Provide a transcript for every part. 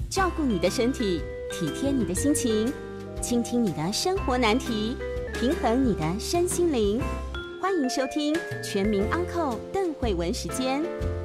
照顾你的身体，体贴你的心情，倾听你的生活难题，平衡你的身心灵。欢迎收听全民安扣邓惠文时间。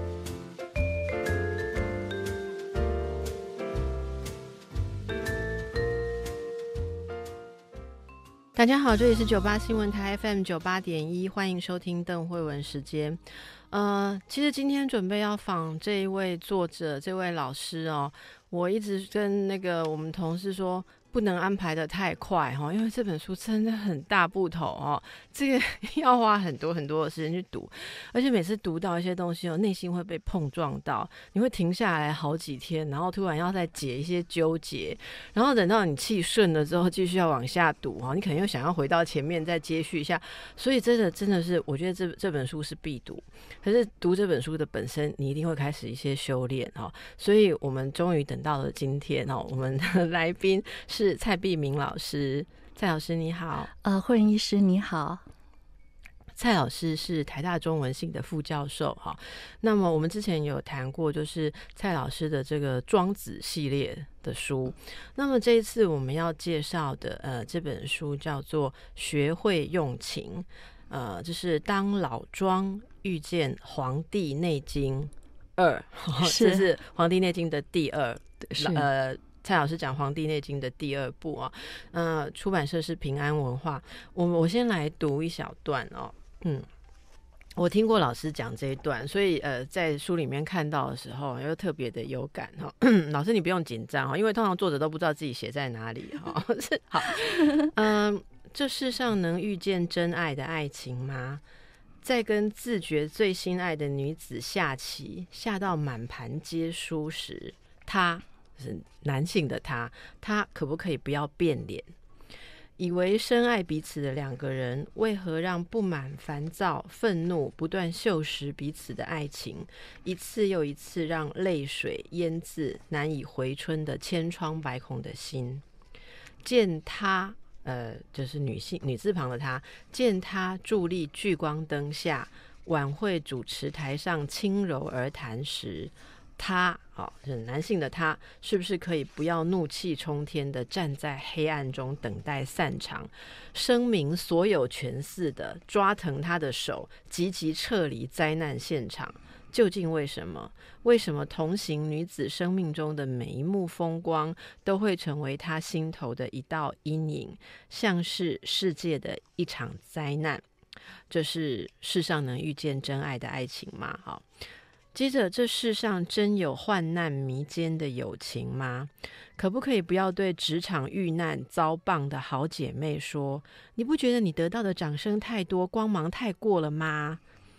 大家好，这里是98新闻台 FM 98.1，欢迎收听邓惠文时间。其实今天准备要访这一位作者，这位老师哦，我一直跟我们同事说，不能安排的太快哦，因为这本书真的很大部头哦，这个要花很多很多的时间去读，而且每次读到一些东西哦，内心会被碰撞到，你会停下来好几天，然后突然要再解一些纠结，然后等到你气顺了之后，继续要往下读哦，你可能又想要回到前面再接续一下，所以真的是，我觉得这本书是必读。可是读这本书的本身，你一定会开始一些修炼哦，所以我们终于等到了今天哦，我们的来宾是蔡璧名老师。蔡老师你好。 惠仁医师你好。 蔡老师是台大中文系的副教授哈。那么我们之前有谈过，就是蔡老师的这个庄子系列的书。那么这一次我们要介绍的这本书叫做《学会用情》，就是当老庄遇见《黄帝内经2》，这是《黄帝内经》的第二。蔡老师讲《黄帝内经》的第2部啊，出版社是平安文化。我先来读一小段哦。我听过老师讲这一段，所以在书里面看到的时候又特别的有感哈。老师你不用紧张哈，因为通常作者都不知道自己写在哪里哈。好，这世上能遇见真爱的爱情吗？在跟自觉最心爱的女子下棋，下到满盘皆输时，他是男性的他可不可以不要变脸？以为深爱彼此的两个人，为何让不满、烦躁、愤怒不断锈蚀彼此的爱情，一次又一次让泪水淹渍难以回春的千疮百孔的心？见他就是女字旁的他，见他伫立聚光灯下，晚会主持台上轻柔而谈时，他就是男性的他，是不是可以不要怒气冲天的站在黑暗中等待散场，声明所有权似的抓疼他的手，急急撤离灾难现场？究竟为什么？为什么同行女子生命中的每一幕风光，都会成为她心头的一道阴影，像是世界的一场灾难？这是世上能遇见真爱的爱情吗？好，接着，这世上真有患难弥间的友情吗？可不可以不要对职场遇难遭棒的好姐妹说，你不觉得你得到的掌声太多，光芒太过了吗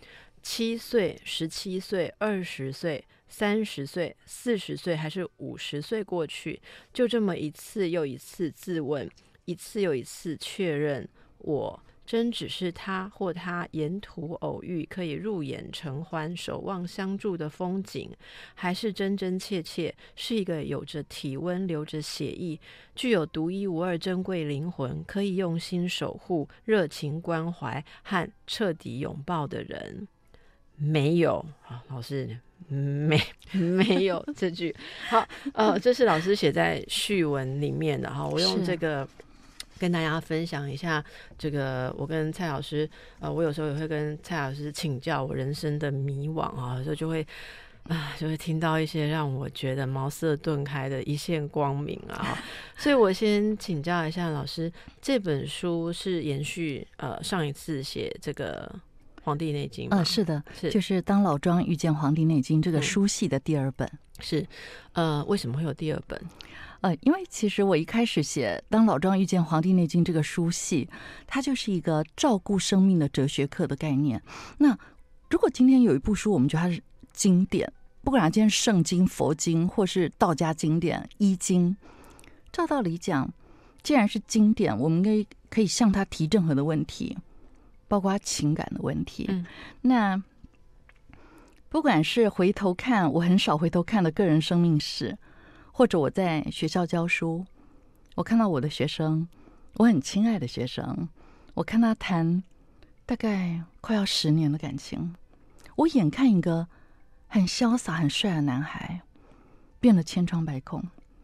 ？7岁、17岁、20岁、30岁、40岁还是50岁过去，就这么一次又一次自问，一次又一次确认，我真只是他或他沿途偶遇可以入眼成欢、守望相助的风景，还是真真切切是一个有着体温、流着血液、具有独一无二珍贵灵魂，可以用心守护、热情关怀和彻底拥抱的人？没有，老师没有这句。好，这是老师写在序文里面的哈，我用这个跟大家分享一下。这个我跟蔡老师，我有时候也会跟蔡老师请教我人生的迷惘啊，有时候就会听到一些让我觉得茅塞顿开的一线光明啊。所以我先请教一下老师，这本书是延续上一次写这个黄帝内经吗？ 是的，就是当老庄遇见黄帝内经这个书系的第2本。 是，为什么会有第2本？ 因为其实我一开始写当老庄遇见黄帝内经这个书系，它就是一个照顾生命的哲学课的概念。那如果今天有一部书，我们觉得它是经典，不管今天是圣经、佛经或是道家经典、医经，照道理讲，既然是经典，我们可以向它提任何的问题，包括情感的问题。那不管是回头看，我很少回头看的个人生命史，或者我在学校教书，我看到我的学生，我很亲爱的学生，我看他谈大概快要10年的感情，我眼看一个很潇洒很帅的男孩变得千疮百孔，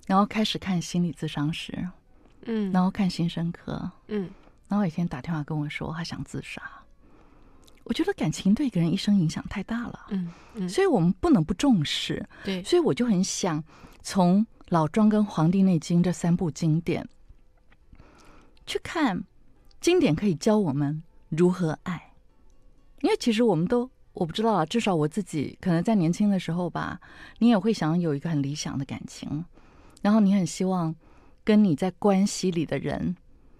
然后开始看心理咨商师，然后看心身科，然后有一天打电话跟我说他想自杀。我觉得感情对一个人一生影响太大了，所以我们不能不重视。 对， 所以我就很想从老庄跟黄帝内经这3部经典去看，经典可以教我们如何爱。因为其实我们都，我不知道啊，至少我自己可能在年轻的时候吧，你也会想有一个很理想的感情，然后你很希望跟你在关系里的人，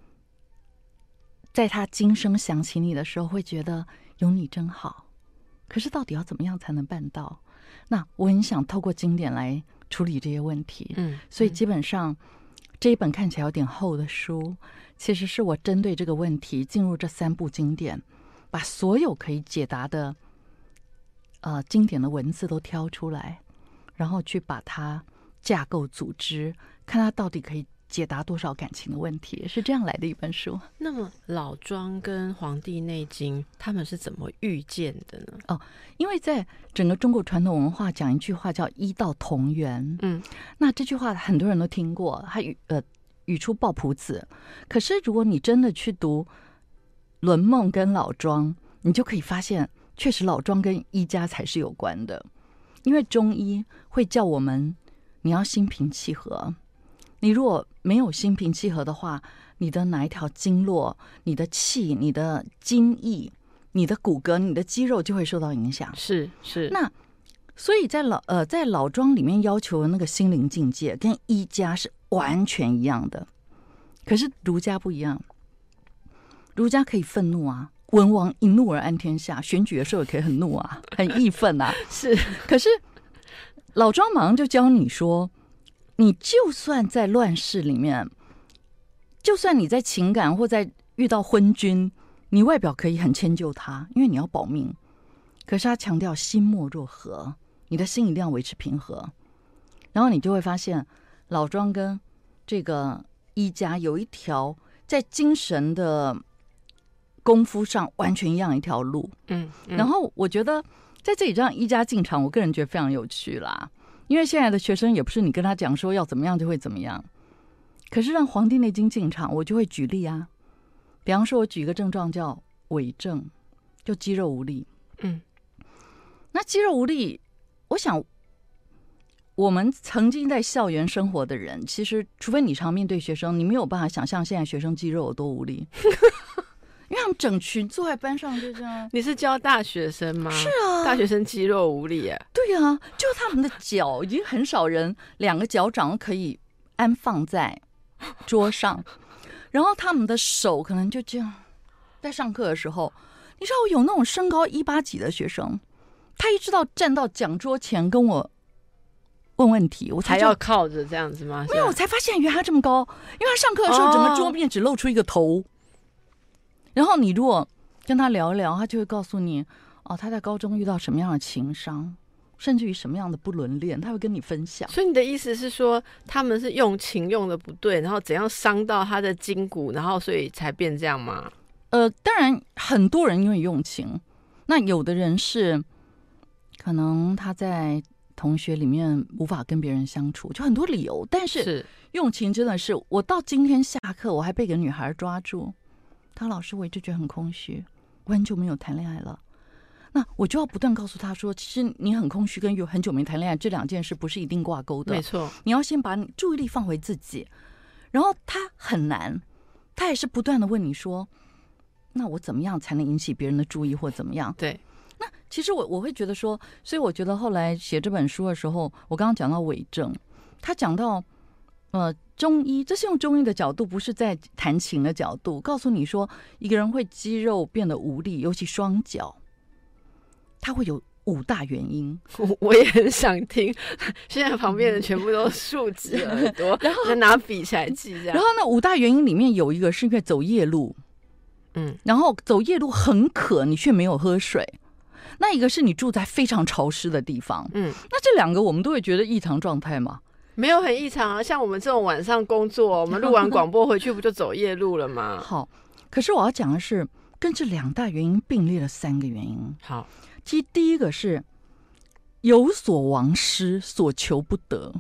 在他今生想起你的时候会觉得有你真好。可是到底要怎么样才能办到？那我很想透过经典来处理这些问题。所以基本上这一本看起来有点厚的书，其实是我针对这个问题进入这3部经典，把所有可以解答的经典的文字都挑出来，然后去把它架构组织，看它到底可以解答多少感情的问题，是这样来的一本书。 那么老庄跟黄帝内经他们是怎么遇见的呢？ 因为在整个中国传统文化讲一句话叫医道同源，那这句话很多人都听过，它语出抱朴子。可是如果你真的去读论孟跟老庄，你就可以发现确实老庄跟医家才是有关的。因为中医会叫我们你要心平气和，你如果没有心平气和的话，你的哪一条经络、你的气、你的津液、你的骨骼、你的肌肉就会受到影响。 是。 那所以在老庄里面要求的那个心灵境界跟医家是完全一样的。可是儒家不一样，儒家可以愤怒啊，文王一怒而安天下，选举的时候也可以很怒啊，很义愤啊。 是。 可是老庄马上就教你说，你就算在乱世里面，就算你在情感或在遇到昏君，你外表可以很迁就他，因为你要保命。可是他强调心莫若和，你的心一定要维持平和。然后你就会发现老庄跟这个医家有一条在精神的功夫上完全一样一条路。然后我觉得在这里让医家进场，我个人觉得非常有趣啦。因为现在的学生也不是你跟他讲说要怎么样就会怎么样，可是让黄帝内经进场，我就会举例啊。比方说我举一个症状叫痿症，就肌肉无力。那肌肉无力，我想我们曾经在校园生活的人，其实除非你常面对学生，你没有办法想象现在学生肌肉有多无力。因为他们整群坐在班上就这样。 你是教大学生吗？ 是啊， 大学生肌肉无力耶。 对啊，就他们的脚已经很少人2个脚掌可以安放在桌上，然后他们的手可能就这样。在上课的时候，你知道有那种身高180几的学生，他一直到站到讲桌前跟我问问题，我才还要靠着这样子吗？ 没有，我才发现原来他这么高，因为他上课的时候整个桌面只露出一个头。然后你如果跟他聊一聊，他就会告诉你他在高中遇到什么样的情伤，甚至于什么样的不伦恋，他会跟你分享。 所以你的意思是说，他们是用情用的不对，然后怎样伤到他的筋骨，然后所以才变这样吗？ 当然很多人因为用情，那有的人是可能他在同学里面无法跟别人相处，就很多理由。但是用情真的是，我到今天下课我还被一个女孩抓住，她老师我一直觉得很空虚，我很久没有谈恋爱了。那我就要不断告诉他说，其实你很空虚跟有很久没谈恋爱这2件事不是一定挂钩的。 没错， 你要先把你注意力放回自己。然后他很难，他也是不断的问你说，那我怎么样才能引起别人的注意或怎么样？ 对。 那其实我会觉得说，所以我觉得后来写这本书的时候，我刚刚讲到痿症，他讲到中医，这是用中医的角度，不是在谈情的角度，告诉你说一个人会肌肉变得无力，尤其双脚，他会有5大原因。 我也很想听，现在旁边的全部都竖直耳朵，然后拿笔起来记这样。 然后那5大原因里面有一个是因为走夜路，然后走夜路很渴，你却没有喝水。那一个是你住在非常潮湿的地方，那这2个我们都会觉得异常状态嘛？ 没有很异常啊，像我们这种晚上工作，我们录完广播回去不就走夜路了吗？ 好，可是我要讲的是跟这2大原因并列了3个原因。 好， 其实第一个是有所忘失，所求不得，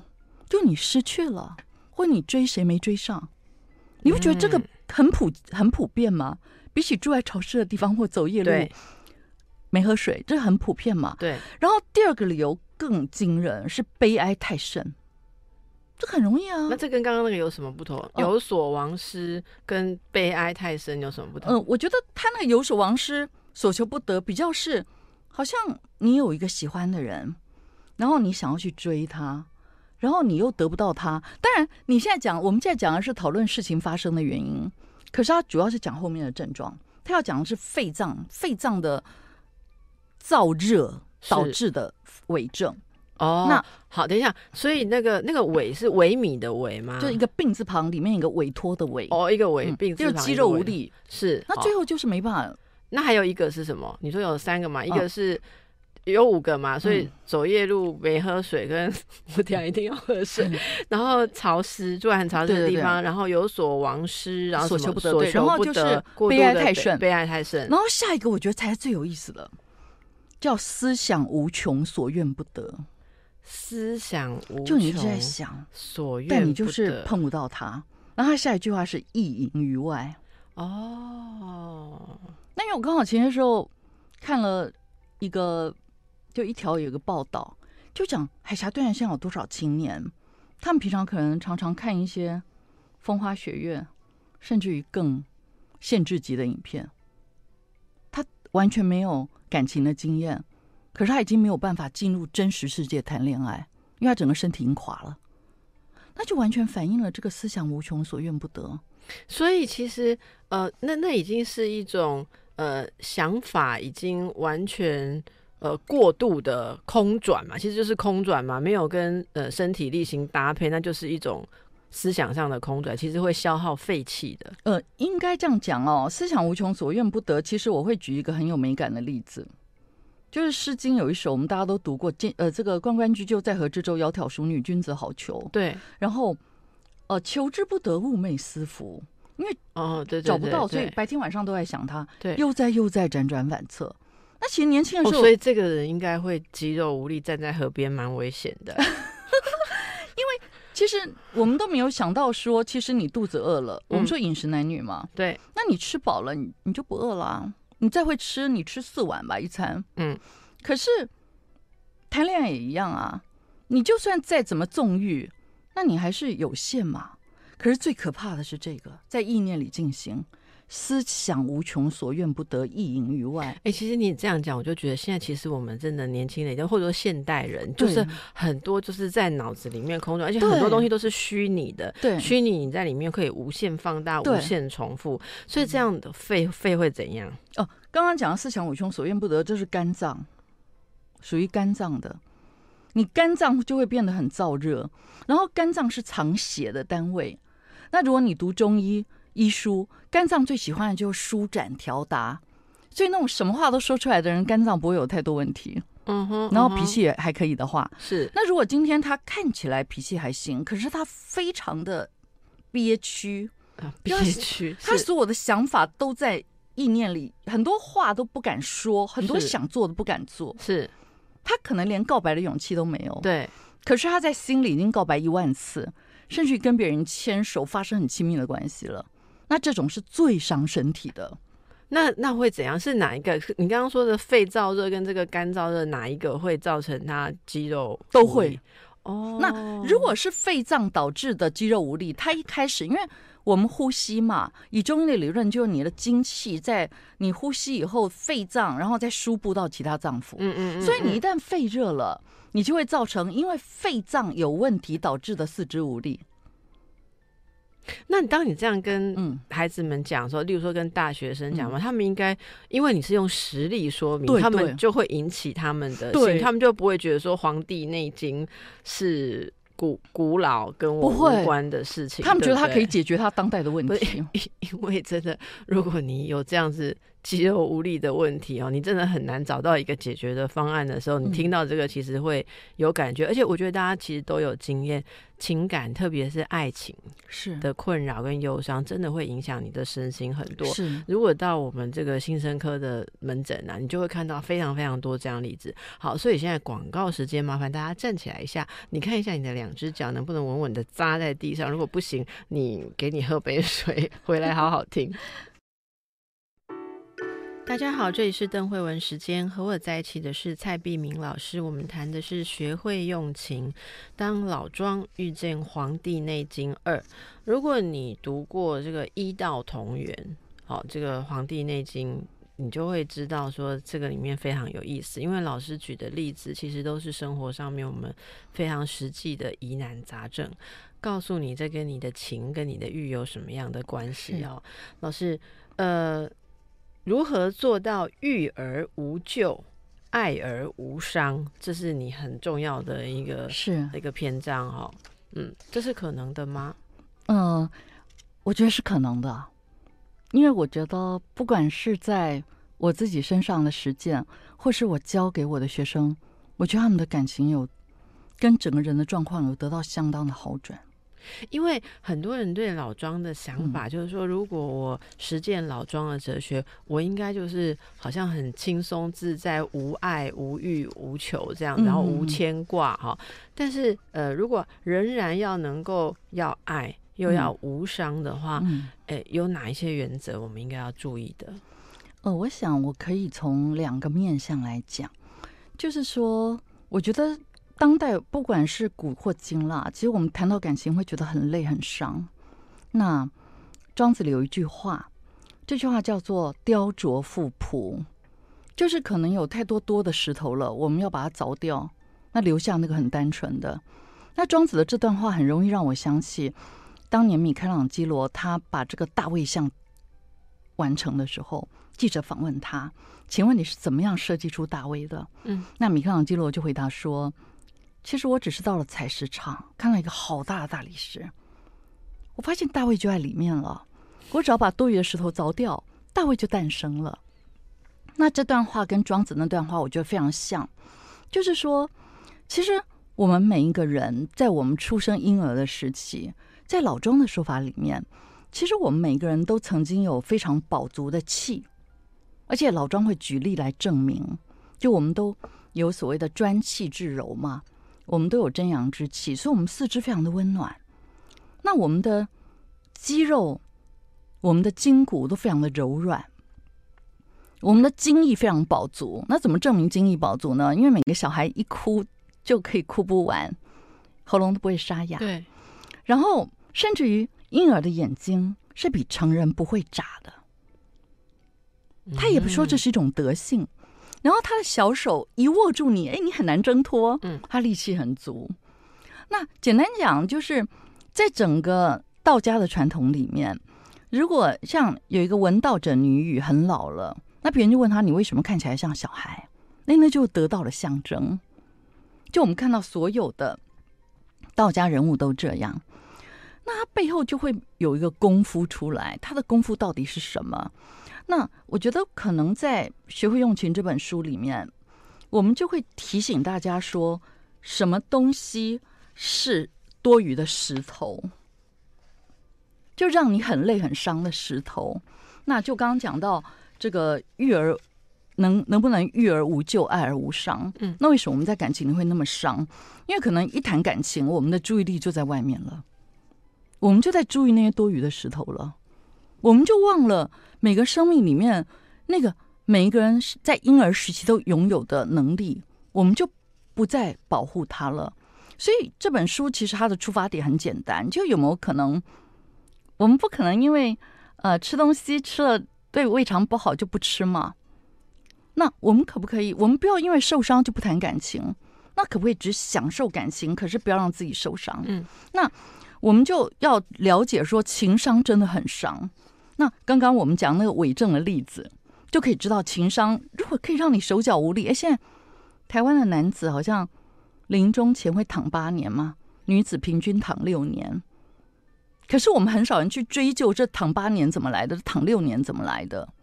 就你失去了，或你追谁没追上，你不觉得这个很普遍吗？比起住在潮湿的地方或走夜路没喝水，这很普遍嘛。 对。 然后第二个理由更惊人，是悲哀太深，这很容易啊。 那这跟刚刚那个有什么不同？有所亡失跟悲哀太深有什么不同？ 我觉得他那个有所亡失、所求不得，比较是好像你有一个喜欢的人，然后你想要去追他，然后你又得不到他。当然，我们现在讲的是讨论事情发生的原因，可是他主要是讲后面的症状。他要讲的是肺脏的燥热导致的痿症。 那好，等一下，所以那个痿是萎靡的萎吗？ 就一个病字旁里面一个委托的委。 一个痿病字旁， 就是肌肉无力。 是。 那最后就是没办法。 那还有一个是什么？你说有3个嘛？一个是有5个嘛？所以走夜路没喝水，跟我等一下一定要喝水，然后潮湿，住在很潮湿的地方，然后有所亡失，然后所求不得， 对， 然后就是悲哀太深， 悲哀太深。 然后下一个我觉得才是最有意思的，叫思想无穷，所愿不得。 思想无穷， 就你一直在想， 所愿不得， 但你就是碰不到它。然后他下一句话是意淫于外。那因为我刚好前些时候看了一条有一个报道，就讲海峡对岸现在有多少青年，他们平常可能常常看一些风花雪月，甚至于更限制级的影片，他完全没有感情的经验，可是他已经没有办法进入真实世界谈恋爱，因为他整个身体已经垮了。那就完全反映了这个思想无穷，所愿不得。 所以其实那已经是一种想法已经完全过度的空转嘛，其实就是空转嘛，没有跟身体力行搭配，那就是一种思想上的空转，其实会消耗废气的。 应该这样讲哦，思想无穷，所愿不得。其实我会举一个很有美感的例子，就是《诗经》有一首我们大家都读过，这个关关雎鸠，在河之洲，窈窕淑女，君子好逑。 对， 然后求之不得，寤寐思服，因为对找不到，所以白天晚上都在想他。 对， 悠哉悠哉，辗转反侧。那其实年轻的时候， 所以这个人应该会肌肉无力，站在河边蛮危险的。因为其实我们都没有想到说，其实你肚子饿了，我们说饮食男女嘛， 对， 那你吃饱了，你就不饿了啊。你再会吃，你吃4碗吧一餐。可是谈恋爱也一样啊，你就算再怎么纵欲，那你还是有限嘛。可是最可怕的是这个，在意念里进行，思想无穷，所愿不得，意淫于外。 其实你这样讲，我就觉得现在其实我们真的年轻人，或者说现代人，就是很多就是在脑子里面空转，而且很多东西都是虚拟的。对，虚拟你在里面可以无限放大、无限重复，所以这样的肺会怎样？ 刚刚讲的思想无穷，所愿不得，这是肝脏，属于肝脏的。你肝脏就会变得很燥热，然后肝脏是藏血的单位。那如果你读中医医书，肝脏最喜欢的就是舒展调达，所以那种什么话都说出来的人，肝脏不会有太多问题。然后脾气也还可以的话， 是。 那如果今天他看起来脾气还行，可是他非常的憋屈，他所有的想法都在意念里，很多话都不敢说，很多想做的不敢做， 是。 他可能连告白的勇气都没有， 对。 可是他在心里已经告白1万次，甚至跟别人牵手，发生很亲密的关系了。那这种是最伤身体的。 那会怎样？是哪一个？你刚刚说的肺燥热跟这个肝燥热，哪一个会造成他肌肉都会？那如果是肺脏导致的肌肉无力，他一开始因为我们呼吸嘛，以中医的理论，就是你的精气在你呼吸以后，肺脏然后再输布到其他脏腑。所以你一旦肺热了，你就会造成因为肺脏有问题导致的四肢无力。 那当你这样跟孩子们讲说，例如说跟大学生讲嘛，他们应该因为你是用实例说明，他们就会引起他们的心，他们就不会觉得说《黄帝内经》是古老跟我无关的事情， 他们觉得他可以解决他当代的问题。 因为真的，如果你有这样子肌肉无力的问题哦，你真的很难找到一个解决的方案的时候，你听到这个其实会有感觉，而且我觉得大家其实都有经验，情感特别是爱情的困扰跟忧伤，真的会影响你的身心很多。 是， 如果到我们这个心身科的门诊啊，你就会看到非常非常多这样的例子。好，所以现在广告时间，麻烦大家站起来一下，你看一下你的2只脚能不能稳稳的扎在地上，如果不行，给你喝杯水回来好好听。大家好，这里是邓慧文时间，和我在一起的是蔡璧名老师，我们谈的是学会用情，当老庄遇见黄帝内经2。如果你读过这个医道同源，这个黄帝内经，你就会知道说这个里面非常有意思，因为老师举的例子其实都是生活上面我们非常实际的疑难杂症，告诉你这跟你的情跟你的欲有什么样的关系哦。老师如何做到育而无咎，爱而无伤？这是你很重要的一个篇章哦。这是可能的吗？ 我觉得是可能的，因为我觉得不管是在我自己身上的实践，或是我教给我的学生，我觉得他们的感情有跟整个人的状况有得到相当的好转。 因为很多人对老庄的想法就是说，如果我实践老庄的哲学，我应该就是好像很轻松自在，无爱无欲无求这样，然后无牵挂哈。但是如果仍然要能够要爱又要无伤的话，有哪一些原则我们应该要注意的？ 我想我可以从2个面向来讲，就是说，我觉得当代不管是古或今啦，其实我们谈到感情会觉得很累很伤。那庄子里有一句话，这句话叫做雕琢覆璞，就是可能有太多的石头了，我们要把它凿掉，那留下那个很单纯的。那庄子的这段话很容易让我想起当年米开朗基罗他把这个大卫像完成的时候，记者访问他，请问你是怎么样设计出大卫的？那米开朗基罗就回答说，其实我只是到了采石场，看到一个好大的大理石，我发现大卫就在里面了，我只要把多余的石头凿掉，大卫就诞生了。那这段话跟庄子那段话我觉得非常像，就是说其实我们每一个人在我们出生婴儿的时期，在老庄的说法里面，其实我们每一个人都曾经有非常饱足的气，而且老庄会举例来证明，就我们都有所谓的专气致柔嘛，我们都有真阳之气，所以我们四肢非常的温暖。那我们的肌肉、我们的筋骨都非常的柔软，我们的精液非常饱足。那怎么证明精液饱足呢？因为每个小孩一哭就可以哭不完，喉咙都不会沙哑。 对。 然后甚至于婴儿的眼睛是比成人不会眨的，他也不说这是一种德性。然后他的小手一握住你，你很难挣脱，他力气很足。那简单讲，就是在整个道家的传统里面，如果像有一个闻道者女语很老了，那别人就问他，你为什么看起来像小孩？那就得到了象征。就我们看到所有的道家人物都这样，那他背后就会有一个功夫出来，他的功夫到底是什么？那我觉得可能在《学会用情》这本书里面，我们就会提醒大家说，什么东西是多余的石头，就让你很累很伤的石头。那就刚刚讲到这个育儿能不能育而无咎，爱而无伤？那为什么我们在感情里会那么伤？因为可能一谈感情，我们的注意力就在外面了，我们就在注意那些多余的石头了，我们就忘了每个生命里面那个每一个人在婴儿时期都拥有的能力，我们就不再保护它了。所以这本书其实它的出发点很简单，就有没有可能我们不可能因为吃东西吃了对胃肠不好就不吃嘛？那我们可不可以，我们不要因为受伤就不谈感情，那可不可以只享受感情，可是不要让自己受伤？那我们就要了解说情伤真的很伤。那刚刚我们讲那个伪证的例子，就可以知道情伤如果可以让你手脚无力。现在台湾的男子好像临终前会躺8年嘛，女子平均躺6年。可是我们很少人去追究这躺8年怎么来的，躺6年怎么来的。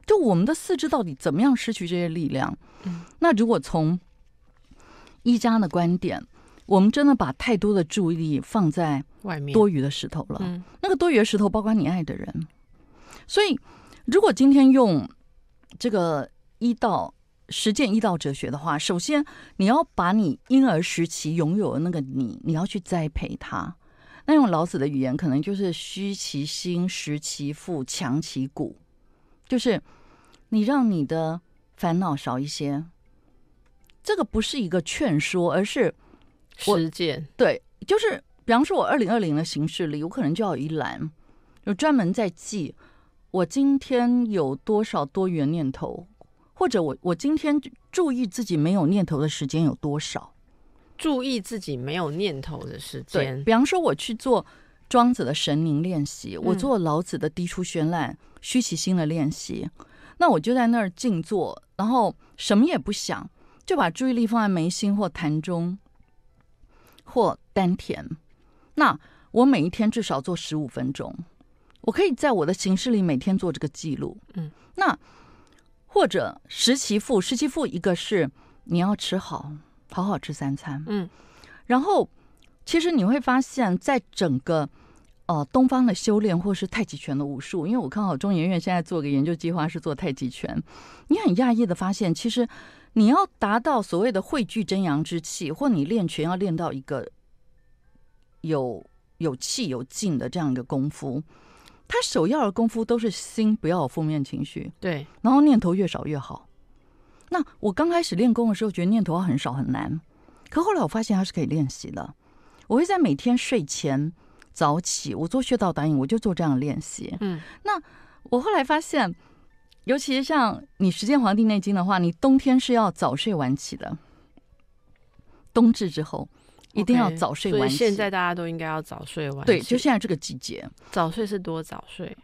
就我们的四肢到底怎么样失去这些力量？那如果从医家的观点，我们真的把太多的注意力放在外面多余的石头了。那个多余的石头包括你爱的人。所以如果今天用这个实践医道哲学的话，首先你要把你婴儿时期拥有的那个你要去栽培他。那用老子的语言可能就是虚其心，实其腹，强其骨，就是你让你的烦恼少一些。这个不是一个劝说，而是实践。 对，就是比方说我2020的行事历，我可能就要有一栏，有专门在记我今天有多少多余的念头，或者我今天注意自己没有念头的时间有多少。 注意自己没有念头的时间。 对，比方说我去做庄子的神凝练习，我做老子的涤除绚烂、虚其心的练习，那我就在那儿静坐，然后什么也不想，就把注意力放在眉心或檀中或丹田。那我每一天至少做15分钟，我可以在我的行事里每天做这个记录。那或者食其腹，食其腹一个是你要吃好好吃3餐。然后其实你会发现在整个东方的修炼或是太极拳的武术，因为我看好中研院现在做个研究计划是做太极拳，你很讶异的发现，其实你要达到所谓的汇聚真阳之气，或你练拳要练到一个有气有劲的这样一个功夫，它首要的功夫都是心不要有负面情绪， 对， 然后念头越少越好。那我刚开始练功的时候觉得念头很少很难，可后来我发现它是可以练习的。我会在每天睡前早起，我做穴道导引，我就做这样的练习。那我后来发现，尤其是像你实践《黄帝内经》的话，你冬天是要早睡晚起的，冬至之后一定要早睡晚起。 所以现在大家都应该要早睡晚起。 对，就现在这个季节。 早睡是多早睡？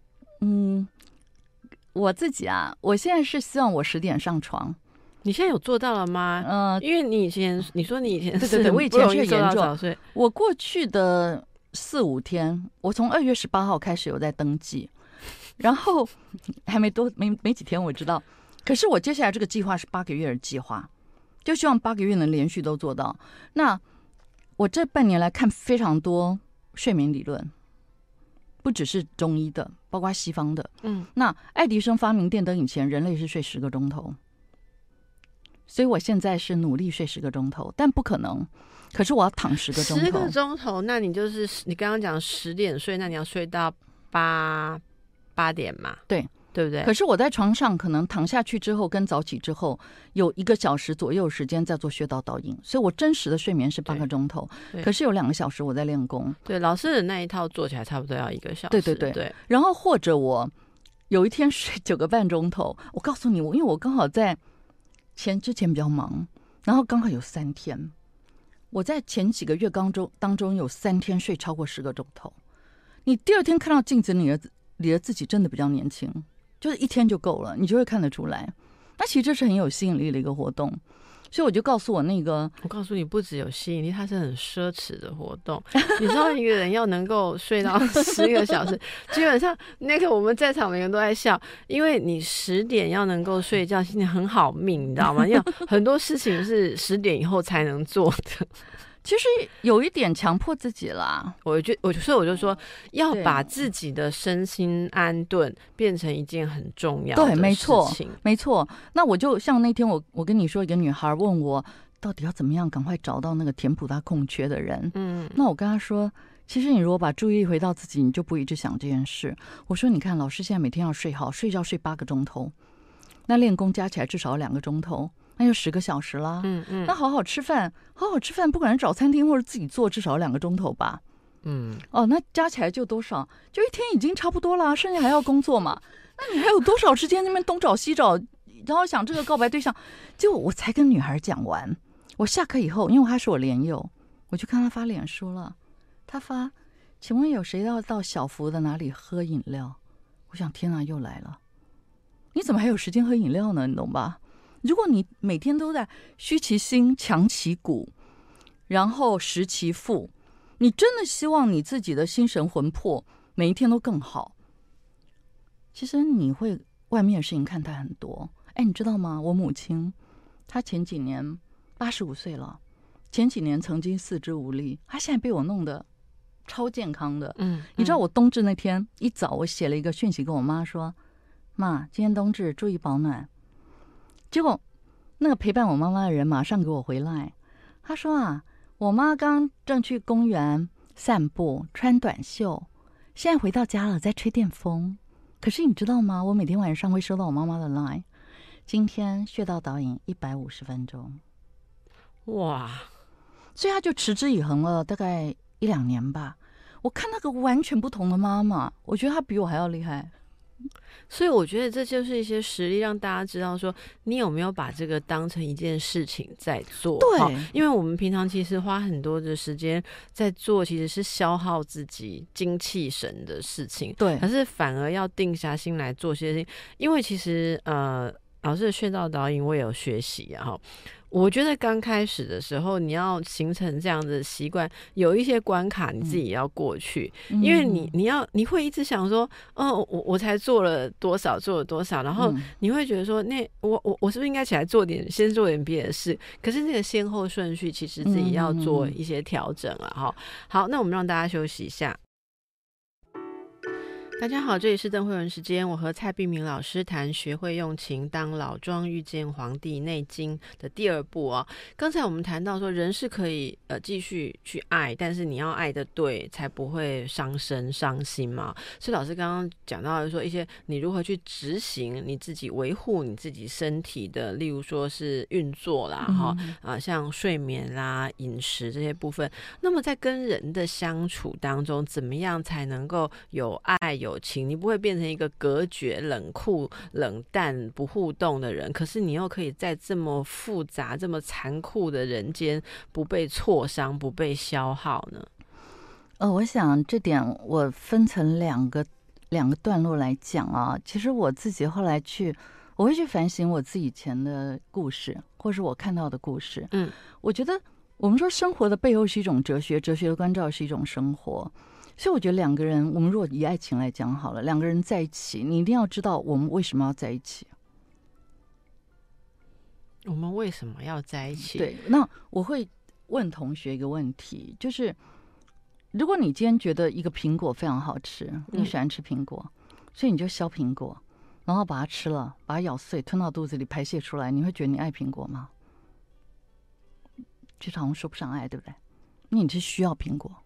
我自己啊，我现在是希望我10点上床。 你现在有做到了吗？因为你说你以前对，我以前是严重早睡。 我过去的4、5天，我从2月18号开始有在登记，然后还没几天我知道。可是我接下来这个计划是8个月的计划，就希望8个月能连续都做到。那我这半年来看非常多睡眠理论，不只是中医的，包括西方的。那爱迪生发明电灯以前，人类是睡10个钟头，所以我现在是努力睡10个钟头，但不可能。可是我要躺10个钟头。 10个钟头，那你就是你刚刚讲10点睡，那你要睡到8点嘛？ 对不对？ 可是我在床上可能躺下去之后跟早起之后有1个小时左右时间在做穴道导引，所以我真实的睡眠是8个钟头，可是有2个小时我在练功。 对，老师的那一套做起来差不多要1个小时。对。 然后或者我有一天睡9个半钟头，我告诉你，因为我刚好在之前比较忙，然后刚好有3天，我在前几个月当中有3天睡超过10个钟头。你第2天看到镜子里的自己真的比较年轻，就是1天就够了，你就会看得出来。那其实这是很有吸引力的一个活动，所以我就告诉我告诉你，不只有吸引力，它是很奢侈的活动。你知道一个人要能够睡到10个小时，基本上我们在场每个人都在笑，因为你10点要能够睡觉，心情很好命，你知道吗？因为很多事情是10点以后才能做的。 其实有一点强迫自己啦， 所以我就说，要把自己的身心安顿变成一件很重要的事情。 对，没错。那我就像那天我跟你说，一个女孩问我到底要怎么样赶快找到那个填补她空缺的人。那我跟她说，其实你如果把注意力回到自己，你就不会一直想这件事。我说，你看老师现在每天要睡好，睡觉睡8个钟头，那练功加起来至少2个钟头。那就10个小时啦。那好好吃饭，不管是找餐厅或者自己做，至少2个钟头吧。那加起来就多少？就1天已经差不多啦，剩下还要工作嘛。那你还有多少时间那边东找西找，然后想这个告白对象？结果我才跟女孩讲完，我下课以后，因为她是我连友，我就看她发脸书了。她发，请问有谁要到小福的哪里喝饮料？我想天啊，又来了。你怎么还有时间喝饮料呢？你懂吧？如果你每天都在虚其心，强其骨，然后实其腹，你真的希望你自己的心神魂魄每一天都更好，其实你会外面的事情看太很多。哎，你知道吗？我母亲她前几年85岁了，前几年曾经四肢无力，她现在被我弄得超健康的。你知道我冬至那天一早，我写了一个讯息跟我妈说：“妈，今天冬至注意保暖。”结果那个陪伴我妈妈的人马上给我回来，他说啊，我妈刚正去公园散步，穿短袖，现在回到家了，在吹电风。可是你知道吗？我每天晚上会收到我妈妈的 line， 今天穴道导引150分钟。 哇！ 所以他就持之以恒了，大概1-2年吧。我看那个完全不同的妈妈，我觉得她比我还要厉害。 所以我觉得这就是一些实力，让大家知道说你有没有把这个当成一件事情在做。 对， 因为我们平常其实花很多的时间在做，其实是消耗自己精气神的事情。 对， 可是反而要定下心来做些事情，因为其实老师的穴道导引我也有学习啊。我觉得刚开始的时候，你要形成这样的习惯，有一些关卡你自己也要过去，因为你会一直想说，我才做了多少，然后你会觉得说，那我是不是应该起来先做点别的事？可是那个先后顺序，其实自己要做一些调整了哈。好，那我们让大家休息一下。大家好，这里是邓慧文时间，我和蔡碧明老师谈学会用情，当老庄遇见黄帝内经的第2部哦。刚才我们谈到说，人是可以继续去爱，但是你要爱的对，才不会伤身伤心嘛。所以老师刚刚讲到的说，一些你如何去执行你自己维护你自己身体的，例如说是运作啦，像睡眠啦、饮食这些部分。那么在跟人的相处当中，怎么样才能够有爱有情？你不会变成一个隔绝、冷酷、冷淡、不互动的人，可是你又可以在这么复杂、这么残酷的人间不被挫伤、不被消耗呢？ 我想这点我分成两个段落来讲啊。其实我自己后来我会去反省我自己以前的故事，或是我看到的故事。我觉得我们说生活的背后是一种哲学，哲学的关照是一种生活。所以我觉得两个人，我们如果以爱情来讲好了，两个人在一起，你一定要知道我们为什么要在一起。 我们为什么要在一起？ 对，那我会问同学一个问题，就是如果你今天觉得一个苹果非常好吃，你喜欢吃苹果，所以你就削苹果，然后把它吃了，把它咬碎，吞到肚子里排泄出来，你会觉得你爱苹果吗？其实好像说不上爱，对不对？因为你是需要苹果。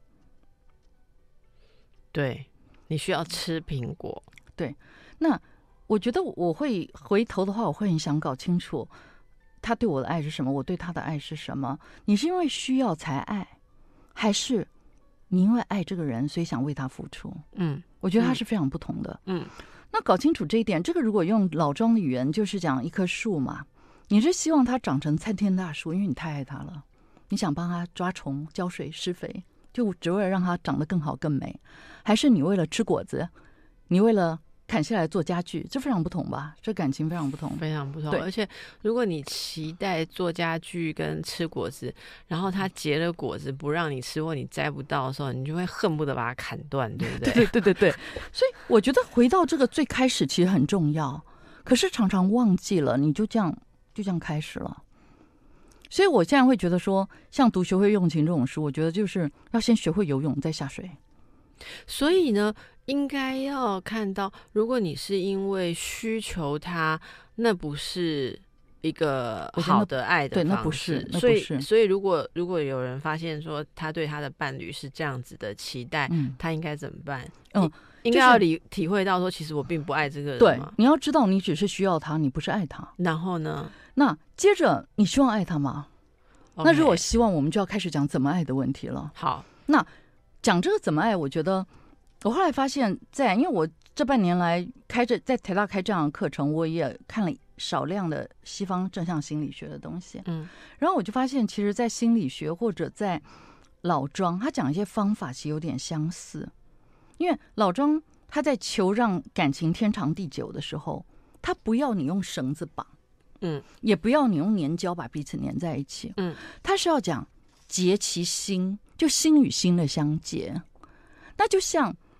对，你需要吃苹果。 对，那我觉得我会回头的话，我会很想搞清楚他对我的爱是什么，我对他的爱是什么。你是因为需要才爱，还是你因为爱这个人所以想为他付出？我觉得他是非常不同的。那搞清楚这一点，这个如果用老庄的语言，就是讲一棵树嘛，你是希望它长成参天大树，因为你太爱它了，你想帮它抓虫、浇水、施肥，就只为了让它长得更好更美，还是你为了吃果子，你为了砍下来做家具？这非常不同吧？这感情非常不同， 非常不同。而且如果你期待做家具跟吃果子，然后它结了果子不让你吃，或你摘不到的时候，你就会恨不得把它砍断，对不对？ 对。所以我觉得回到这个最开始其实很重要，可是常常忘记了，你就这样开始了。所以我现在会觉得说，像读《学会用情》这种书，我觉得就是要先学会游泳，再下水。 所以呢，应该要看到，如果你是因为需求它，那不是一个好的爱的方式。对，那不是。所以如果有人发现说他对他的伴侣是这样子的期待，他应该怎么办？应该要体会到说，其实我并不爱这个人。 对，你要知道，你只是需要他，你不是爱他。 然后呢？ 那接着，你希望爱他吗？那如果希望，我们就要开始讲怎么爱的问题了。 好， 那讲这个怎么爱，我觉得我后来发现因为我这半年来在台大开这样的课程，我也看了少量的西方正向心理学的东西。然后我就发现，其实，在心理学或者在老庄，他讲一些方法其实有点相似。因为老庄他在求让感情天长地久的时候，他不要你用绳子绑，也不要你用粘胶把彼此粘在一起，他是要讲结其心，就心与心的相结。那就像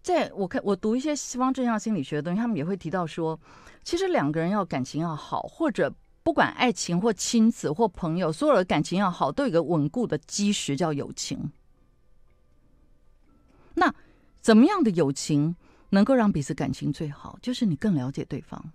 在我读一些西方正向心理学的东西，他们也会提到说，其实两个人要感情要好，或者不管爱情或亲子或朋友，所有的感情要好，都有一个稳固的基石叫友情。那怎么样的友情能够让彼此感情最好？就是你更了解对方，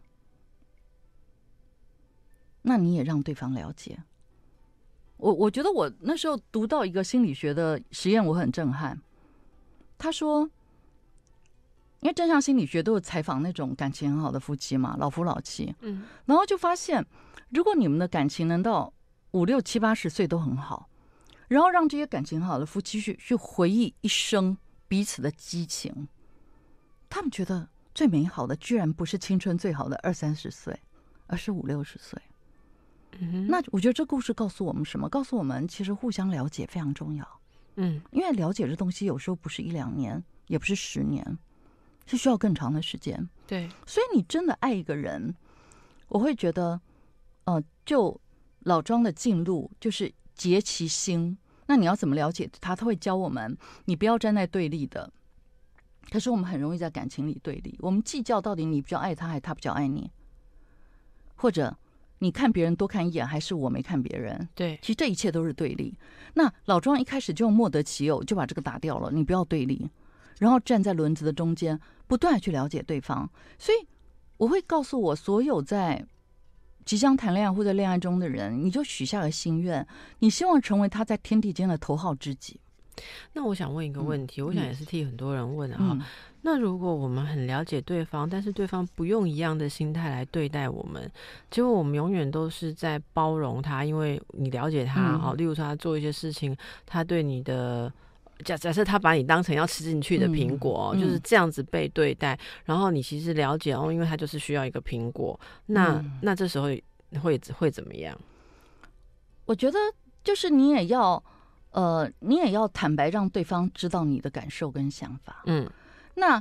那你也让对方了解。我觉得我那时候读到一个心理学的实验，我很震撼。他说，因为正向心理学都有采访那种感情很好的夫妻嘛，老夫老妻，然后就发现，如果你们的感情能到5、6、7、80岁都很好，然后让这些感情很好的夫妻去回忆一生彼此的激情，他们觉得最美好的居然不是青春最好的20、30岁，而是50、60岁。那我觉得这故事告诉我们什么？告诉我们其实互相了解非常重要。因为了解这东西有时候不是1、2年，也不是10年，是需要更长的时间。 对， 所以你真的爱一个人，我会觉得，就老庄的进路就是结其心。那你要怎么了解他？他会教我们，你不要站在对立的。可是我们很容易在感情里对立，我们计较到底你比较爱他，还是他比较爱你，或者你看别人多看一眼，还是我没看别人？ 对， 其实这一切都是对立。那老庄一开始就用莫得其偶，就把这个打掉了。你不要对立，然后站在轮子的中间，不断的去了解对方。所以我会告诉我所有在即将谈恋爱或者恋爱中的人，你就许下个心愿，你希望成为他在天地间的头号知己。 那我想问一个问题，我想也是替很多人问的哈。那如果我们很了解对方，但是对方不用一样的心态来对待我们，结果我们永远都是在包容他，因为你了解他，例如说他做一些事情，他对你的假设他把你当成要吃进去的苹果，就是这样子被对待，然后你其实了解因为他就是需要一个苹果，那这时候会怎么样？ 我觉得就是你也要坦白让对方知道你的感受跟想法。那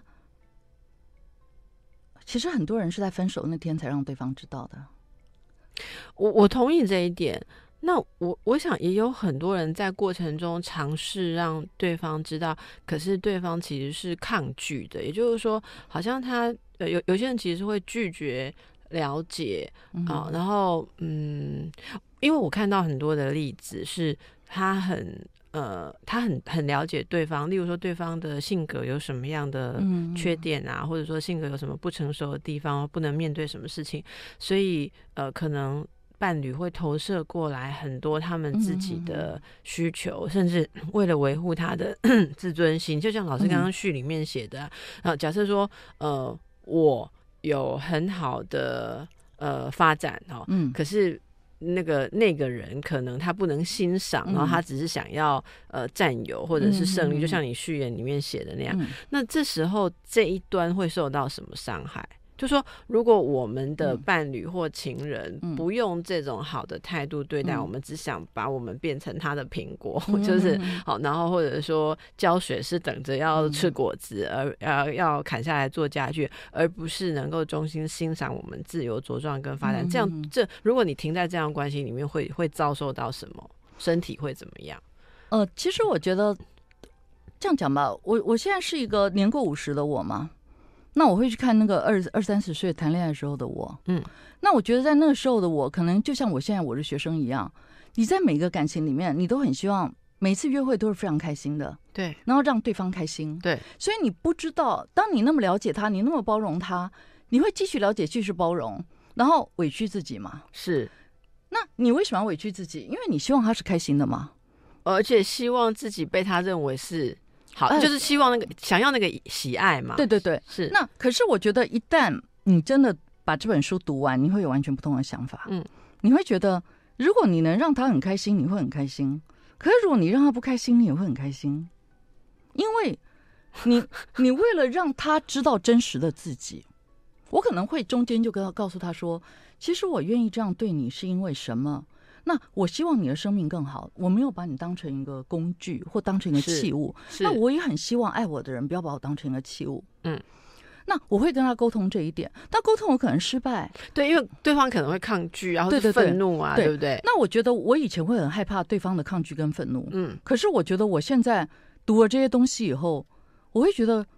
其实很多人是在分手那天才让对方知道的。 我同意这一点。那我想也有很多人在过程中尝试让对方知道，可是对方其实是抗拒的。也就是说，好像他有些人其实会拒绝了解然后因为我看到很多的例子是他很了解对方，例如说对方的性格有什么样的缺点啊，或者说性格有什么不成熟的地方，不能面对什么事情，所以可能伴侣会投射过来很多他们自己的需求，甚至为了维护他的自尊心，就像老师刚刚序里面写的假设说我有很好的发展可是那个人可能他不能欣赏，然后他只是想要占有或者是胜利，就像你序言里面写的那样，那这时候这一端会受到什么伤害？就说如果我们的伴侣或情人不用这种好的态度对待我们，只想把我们变成他的苹果，就是好，然后或者说浇水是等着要吃果子，而要砍下来做家具，而不是能够衷心欣赏我们自由茁壮跟发展。如果你停在这样的关系里面，会遭受到什么？身体会怎么样？ 其实我觉得这样讲吧，我现在是一个年过50的我嘛。那我会去看那个20、30岁谈恋爱的时候的我，那我觉得在那个时候的我，可能就像我现在我的学生一样，你在每个感情里面，你都很希望每次约会都是非常开心的， 对， 然后让对方开心， 对， 所以你不知道，当你那么了解他，你那么包容他，你会继续了解，继续包容，然后委屈自己嘛？ 是， 那你为什么要委屈自己？因为你希望他是开心的嘛， 而且希望自己被他认为是。好，就是希望想要那个喜爱嘛。 对对对， 是。 那可是我觉得，一旦你真的把这本书读完，你会有完全不同的想法。你会觉得，如果你能让他很开心，你会很开心；可是如果你让他不开心，你也会很开心，因为你为了让他知道真实的自己，我可能会中间就告诉他说，其实我愿意这样对你是因为什么。那我希望你的生命更好，我没有把你当成一个工具或当成一个器物。那我也很希望爱我的人不要把我当成一个器物。那我会跟他沟通这一点，但沟通我可能失败， 对，因为对方可能会抗拒啊，或者愤怒啊，对不对？ 那我觉得我以前会很害怕对方的抗拒跟愤怒，可是我觉得我现在读了这些东西以后，我会觉得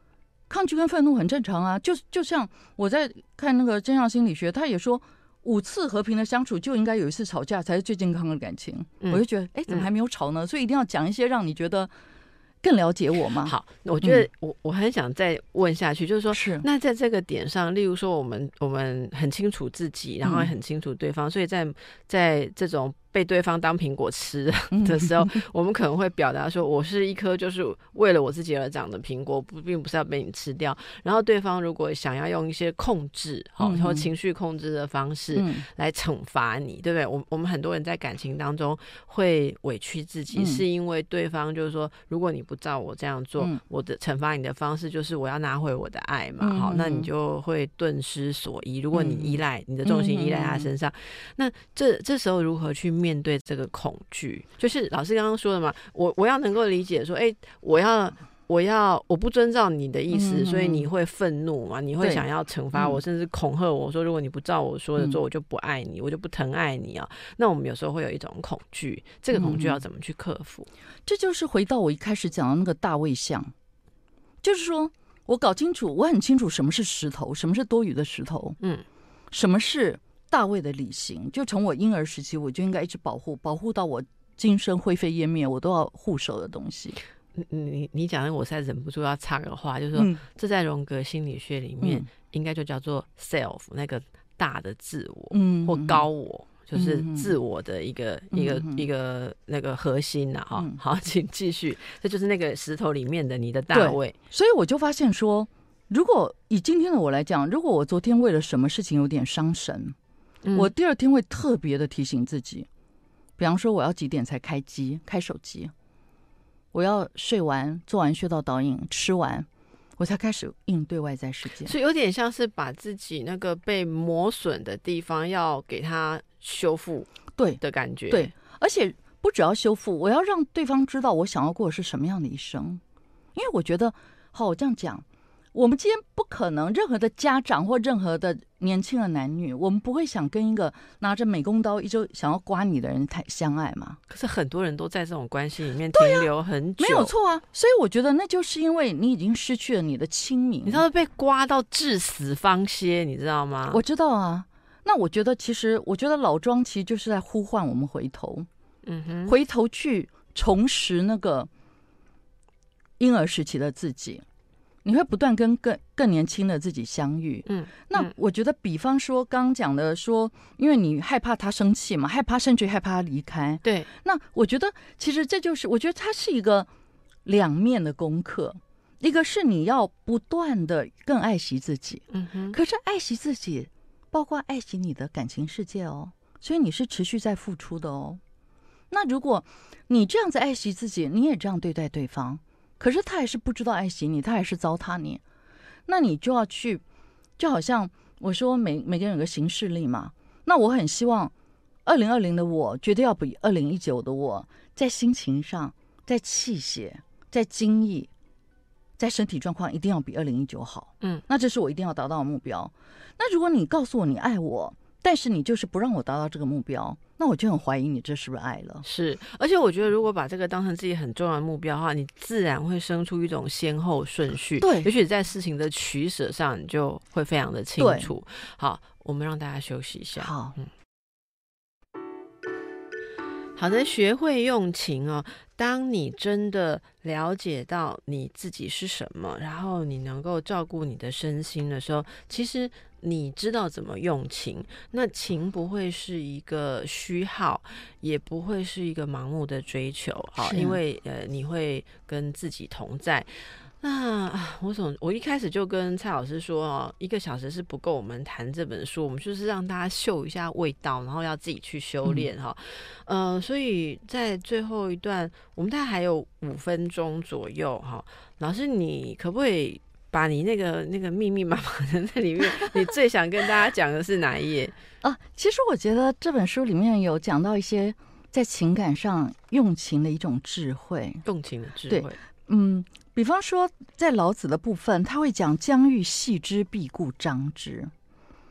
抗拒跟愤怒很正常啊，就像我在看那个真相心理学，他也说5次和平的相处就应该有1次吵架才是最健康的感情。我就觉得，怎么还没有吵呢？所以一定要讲一些让你觉得更了解我吗？ 好，我觉得我很想再问下去，就是说，那在这个点上，例如说我们很清楚自己，然后也很清楚对方，所以在这种被对方当苹果吃的时候，我们可能会表达说，我是一颗就是为了我自己而长的苹果，并不是要被你吃掉。然后对方如果想要用一些控制或情绪控制的方式来惩罚你，对不对？我们很多人在感情当中会委屈自己，是因为对方就是说，如果你不照我这样做，我的惩罚你的方式就是我要拿回我的爱嘛，好，那你就会顿失所依。如果你依赖你的重心依赖他身上，那这时候如何去面对这个恐惧？就是老师刚刚说的嘛，我要能够理解说，我不遵照你的意思，所以你会愤怒嘛？你会想要惩罚我，甚至恐吓我说，如果你不照我说的做，我就不爱你，我就不疼爱你啊。那我们有时候会有一种恐惧，这个恐惧要怎么去克服？ 这就是回到我一开始讲的那个大卫像，就是说我搞清楚，我很清楚什么是石头，什么是多余的石头，什么是大卫的理性，就从我婴儿时期我就应该一直保护到我今生灰飞烟灭，我都要护守的东西。 你讲的我实在忍不住要插个话，就是说，这在荣格心理学里面应该就叫做 self， 那个大的自我，或高我，就是自我的一个那个核心啊。好，请继续。这就是那个石头里面的你的大卫。 所以我就发现说，如果以今天的我来讲，如果我昨天为了什么事情有点伤神，我第2天会特别的提醒自己，比方说我要几点才开手机，我要睡完做完穴道导引吃完，我才开始应对外在世界。 所以有点像是把自己那个被磨损的地方要给它修复的感觉。 对，而且不只要修复，我要让对方知道我想要过的是什么样的一生。因为我觉得，好，我这样讲，我们今天不可能任何的家长或任何的年轻的男女，我们不会想跟一个拿着美工刀一直想要刮你的人相爱嘛。 可是很多人都在这种关系里面停留很久， 没有错啊。所以我觉得那就是因为你已经失去了你的亲民， 你知道被刮到至死方歇，你知道吗？ 我知道啊。那我觉得老庄其实就是在呼唤我们回头，回头去重拾那个婴儿时期的自己。你会不断跟更年轻的自己相遇。那我觉得比方说刚刚讲的说，因为你害怕他生气嘛，甚至害怕他离开。 对。 那我觉得其实这就是我觉得它是一个2面的功课，一个是你要不断的更爱惜自己，可是爱惜自己包括爱惜你的感情世界哦，所以你是持续在付出的哦。那如果你这样子爱惜自己，你也这样对待对方，可是他还是不知道爱惜你，他还是糟蹋你，那你就要去，就好像我说每个人有个行事历嘛，那我很希望2020的我绝对要比2019的我在心情上，在气血，在精力，在身体状况一定要比2019好。那这是我一定要达到的目标。那如果你告诉我你爱我，但是你就是不让我达到这个目标，那我就很怀疑你这是不是爱了。 是，而且我觉得如果把这个当成自己很重要的目标的话，你自然会生出一种先后顺序。 对， 也许在事情的取舍上，你就会非常的清楚。好，我们让大家休息一下。 好， 好的，学会用情哦。当你真的了解到你自己是什么，然后你能够照顾你的身心的时候，其实你知道怎么用情，那情不会是一个虚耗，也不会是一个盲目的追求，因为你会跟自己同在。那我一开始就跟蔡老师说1个小时是不够我们谈这本书，我们就是让大家嗅一下味道，然后要自己去修炼所以在最后一段我们大概还有5分钟左右老师你可不可以把你那个密密麻麻的那里面你最想跟大家讲的是哪一页其实我觉得这本书里面有讲到一些在情感上用情的一种智慧， 用情的智慧。 比方说在老子的部分他会讲将欲系之必固张之，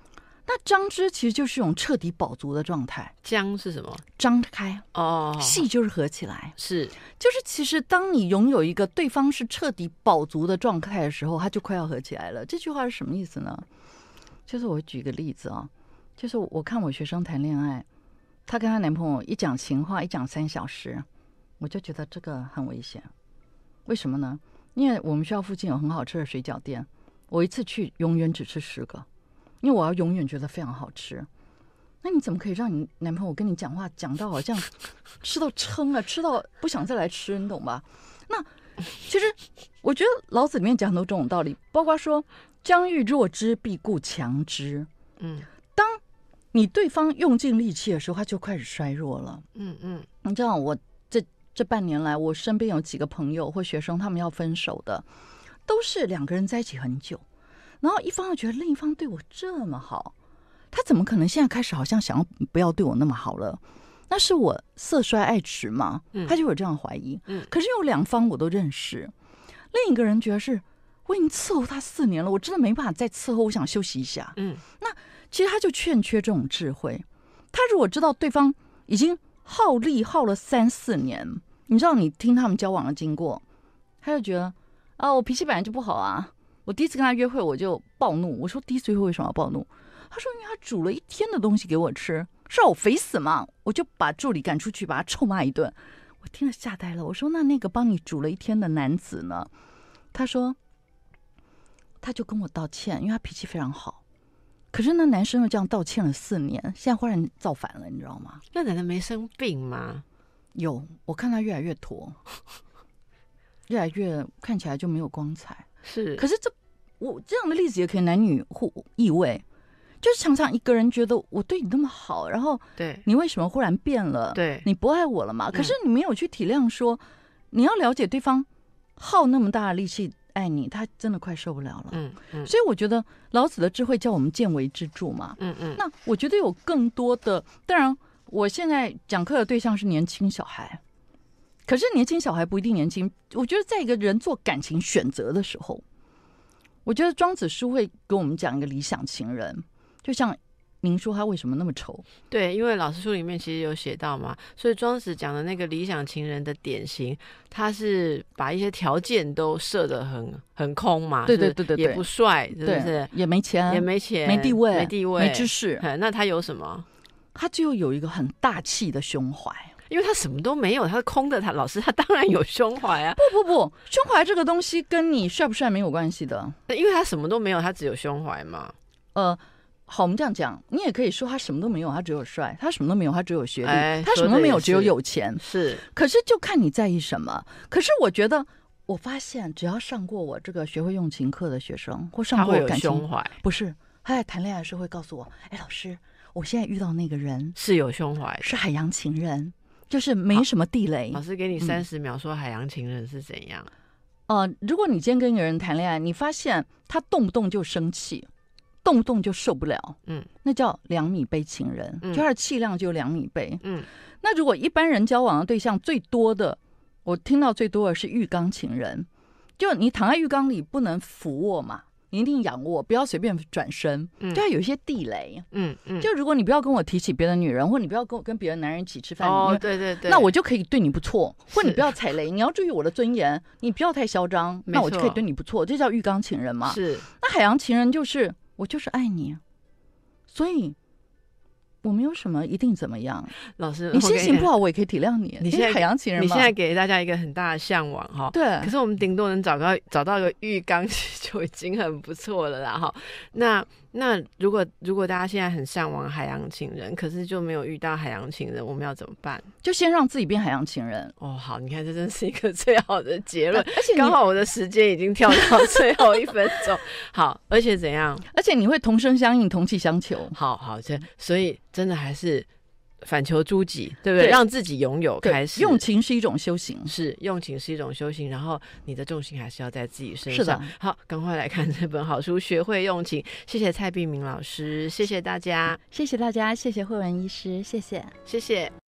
那张之其实就是一种彻底饱足的状态。 僵是什么？ 张开哦， 戏就是合起来， 是就是其实当你拥有一个对方是彻底饱足的状态的时候，他就快要合起来了。这句话是什么意思呢？就是我举个例子啊，就是我看我学生谈恋爱，她跟她男朋友一讲情话一讲3小时，我就觉得这个很危险。为什么呢？因为我们学校附近有很好吃的水饺店，我一次去永远只吃10个，因为我要永远觉得非常好吃。那你怎么可以让你男朋友跟你讲话讲到好像吃到撑了，吃到不想再来吃，你懂吧？那其实我觉得老子里面讲很多这种道理，包括说将欲弱之必固强之。当你对方用尽力气的时候，他就开始衰弱了。你知道我这半年来，我身边有几个朋友或学生，他们要分手的，都是2个人在一起很久，然后一方又觉得另一方对我这么好，他怎么可能现在开始好像想要不要对我那么好了？那是我色衰爱弛吗？他就有这样怀疑。可是有2方我都认识，另一个人觉得是我已经伺候他4年了，我真的没办法再伺候，我想休息一下。那其实他就欠缺这种智慧。他如果知道对方已经耗力耗了3、4年，你知道你听他们交往的经过，他就觉得我脾气本来就不好啊。我第一次跟他约会我就暴怒，我说第一次约会为什么要暴怒？他说因为他煮了1天的东西给我吃，是让我肥死嘛，我就把助理赶出去，把他臭骂一顿。我听了吓呆了，我说那个帮你煮了1天的男子呢？他说他就跟我道歉，因为他脾气非常好。可是那男生又这样道歉了4年，现在忽然造反了，你知道吗？ 那男的没生病吗？ 有，我看他越来越驼，越来越看起来就没有光彩。 是， 可是我这样的例子也可以男女互异位，就是常常一个人觉得我对你那么好，然后对你为什么忽然变了？ 对， 你不爱我了嘛？可是你没有去体谅说，你要了解对方耗那么大的力气爱你，他真的快受不了了。所以我觉得老子的智慧叫我们见微知著嘛。那我觉得有更多的，当然我现在讲课的对象是年轻小孩，可是年轻小孩不一定年轻。我觉得在一个人做感情选择的时候，我觉得庄子书会跟我们讲一个理想情人，就像您说他为什么那么丑？ 对，因为老师书里面其实有写到嘛，所以庄子讲的那个理想情人的典型，他是把一些条件都设得很空嘛， 对， 也不帅，是不是？ 也没钱， 也没钱， 没地位， 没知识。 那他有什么？ 他就有一个很大气的胸怀。 因为他什么都没有，他是空的。老师他当然有胸怀啊！ 不，胸怀这个东西跟你帅不帅没有关系的。 因为他什么都没有，他只有胸怀嘛。 好，我们这样讲，你也可以说他什么都没有，他只有帅；他什么都没有，他只有学历；他什么都没有，只有钱。 是， 可是就看你在意什么。可是我觉得，我发现只要上过我这个学会用情课的学生，或上过我感情， 胸怀不是他在谈恋爱的时候会告诉我：“哎，老师，我现在遇到那个人是有胸怀， 是海洋情人。”就是没什么地雷。 老师给你30秒说海洋情人是怎样？ 如果你今天跟一个人谈恋爱，你发现他动不动就生气，动不动就受不了，那叫2米杯情人，就他的气量就2米杯。那如果一般人交往的对象最多的，我听到最多的是浴缸情人，就你躺在浴缸里不能俯卧嘛，你一定仰卧，不要随便转身，就要有一些地雷。就如果你不要跟我提起别的女人，或你不要跟别的男人一起吃饭， 对， 那我就可以对你不错，或你不要踩雷，你要注意我的尊严，你不要太嚣张，那我就可以对你不错，这叫浴缸情人嘛。 是， 那海洋情人就是我就是爱你，所以我没有什么一定怎么样。 老师， 你心情不好，我也可以体谅你。 你现在海洋情人嘛， 你现在给大家一个很大的向往哈。 对。 可是我们顶多能找到一个浴缸就已经很不错了啦哈。那如果大家现在很向往海洋情人，可是就没有遇到海洋情人，我们要怎么办？ 就先让自己变海洋情人。 好，你看这真是一个最好的结论。 而且刚好我的时间已经跳到最后1分钟。好，而且怎样？ 而且你会同声相应，同气相求。 好，所以真的还是反求诸己，对不对？让自己拥有开始。 用情是一种修行， 用情是一种修行，然后你的重心还是要在自己身上。 是的。 好，赶快来看这本好书，学会用情。谢谢蔡璧名老师，谢谢大家， 谢谢大家，谢谢慧文医师，谢谢。